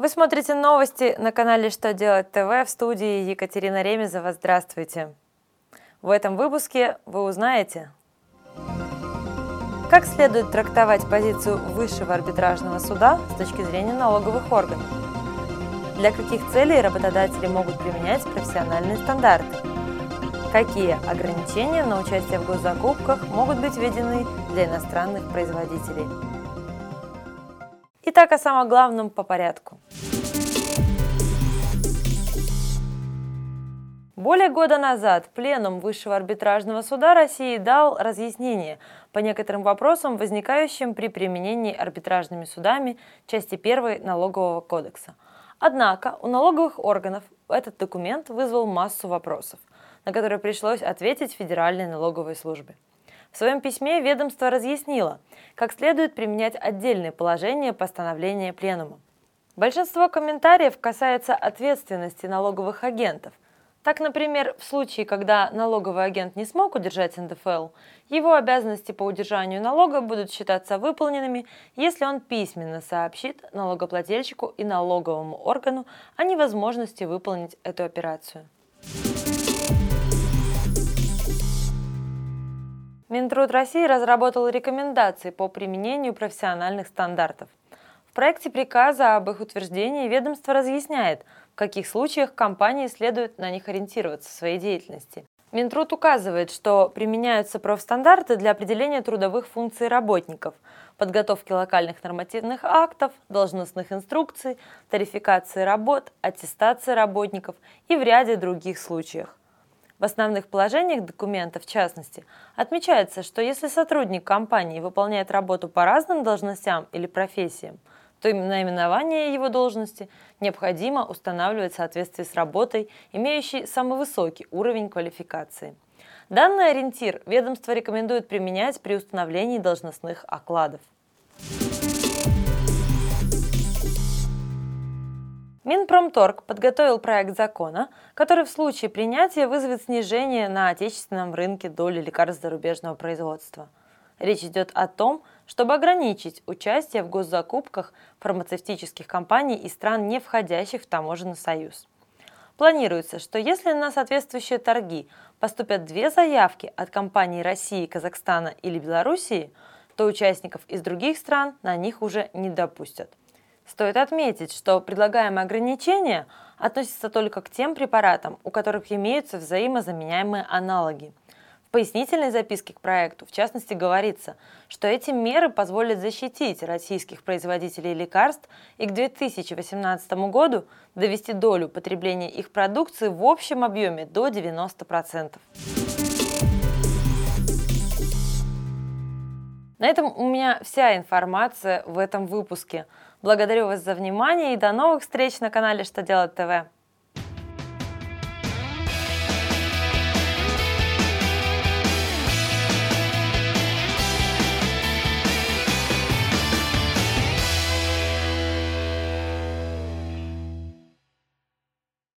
Вы смотрите новости на канале «Что делать ТВ», в студии Екатерина Ремезова. Здравствуйте! В этом выпуске вы узнаете, как следует трактовать позицию Высшего арбитражного суда с точки зрения налоговых органов, для каких целей работодатели могут применять профессиональные стандарты, какие ограничения на участие в госзакупках могут быть введены для иностранных производителей. Итак, о самом главном по порядку. Более года назад Пленум Высшего арбитражного суда России дал разъяснение по некоторым вопросам, возникающим при применении арбитражными судами части 1 Налогового кодекса. Однако у налоговых органов этот документ вызвал массу вопросов, на которые пришлось ответить Федеральной налоговой службе. В своем письме ведомство разъяснило, как следует применять отдельные положения постановления Пленума. Большинство комментариев касается ответственности налоговых агентов. Так, например, в случае, когда налоговый агент не смог удержать НДФЛ, его обязанности по удержанию налога будут считаться выполненными, если он письменно сообщит налогоплательщику и налоговому органу о невозможности выполнить эту операцию. Минтруд России разработал рекомендации по применению профессиональных стандартов. В проекте приказа об их утверждении ведомство разъясняет, в каких случаях компании следует на них ориентироваться в своей деятельности. Минтруд указывает, что применяются профстандарты для определения трудовых функций работников, подготовки локальных нормативных актов, должностных инструкций, тарификации работ, аттестации работников и в ряде других случаев. В основных положениях документа, в частности, отмечается, что если сотрудник компании выполняет работу по разным должностям или профессиям, то наименование его должности необходимо устанавливать в соответствии с работой, имеющей самый высокий уровень квалификации. Данный ориентир ведомство рекомендует применять при установлении должностных окладов. Минпромторг подготовил проект закона, который в случае принятия вызовет снижение на отечественном рынке доли лекарств зарубежного производства. Речь идет о том, чтобы ограничить участие в госзакупках фармацевтических компаний из стран, не входящих в таможенный союз. Планируется, что если на соответствующие торги поступят 2 заявки от компаний России, Казахстана или Белоруссии, то участников из других стран на них уже не допустят. Стоит отметить, что предлагаемые ограничения относятся только к тем препаратам, у которых имеются взаимозаменяемые аналоги. В пояснительной записке к проекту, в частности, говорится, что эти меры позволят защитить российских производителей лекарств и к 2018 году довести долю потребления их продукции в общем объеме до 90%. На этом у меня вся информация в этом выпуске. Благодарю вас за внимание и до новых встреч на канале «Что делать ТВ».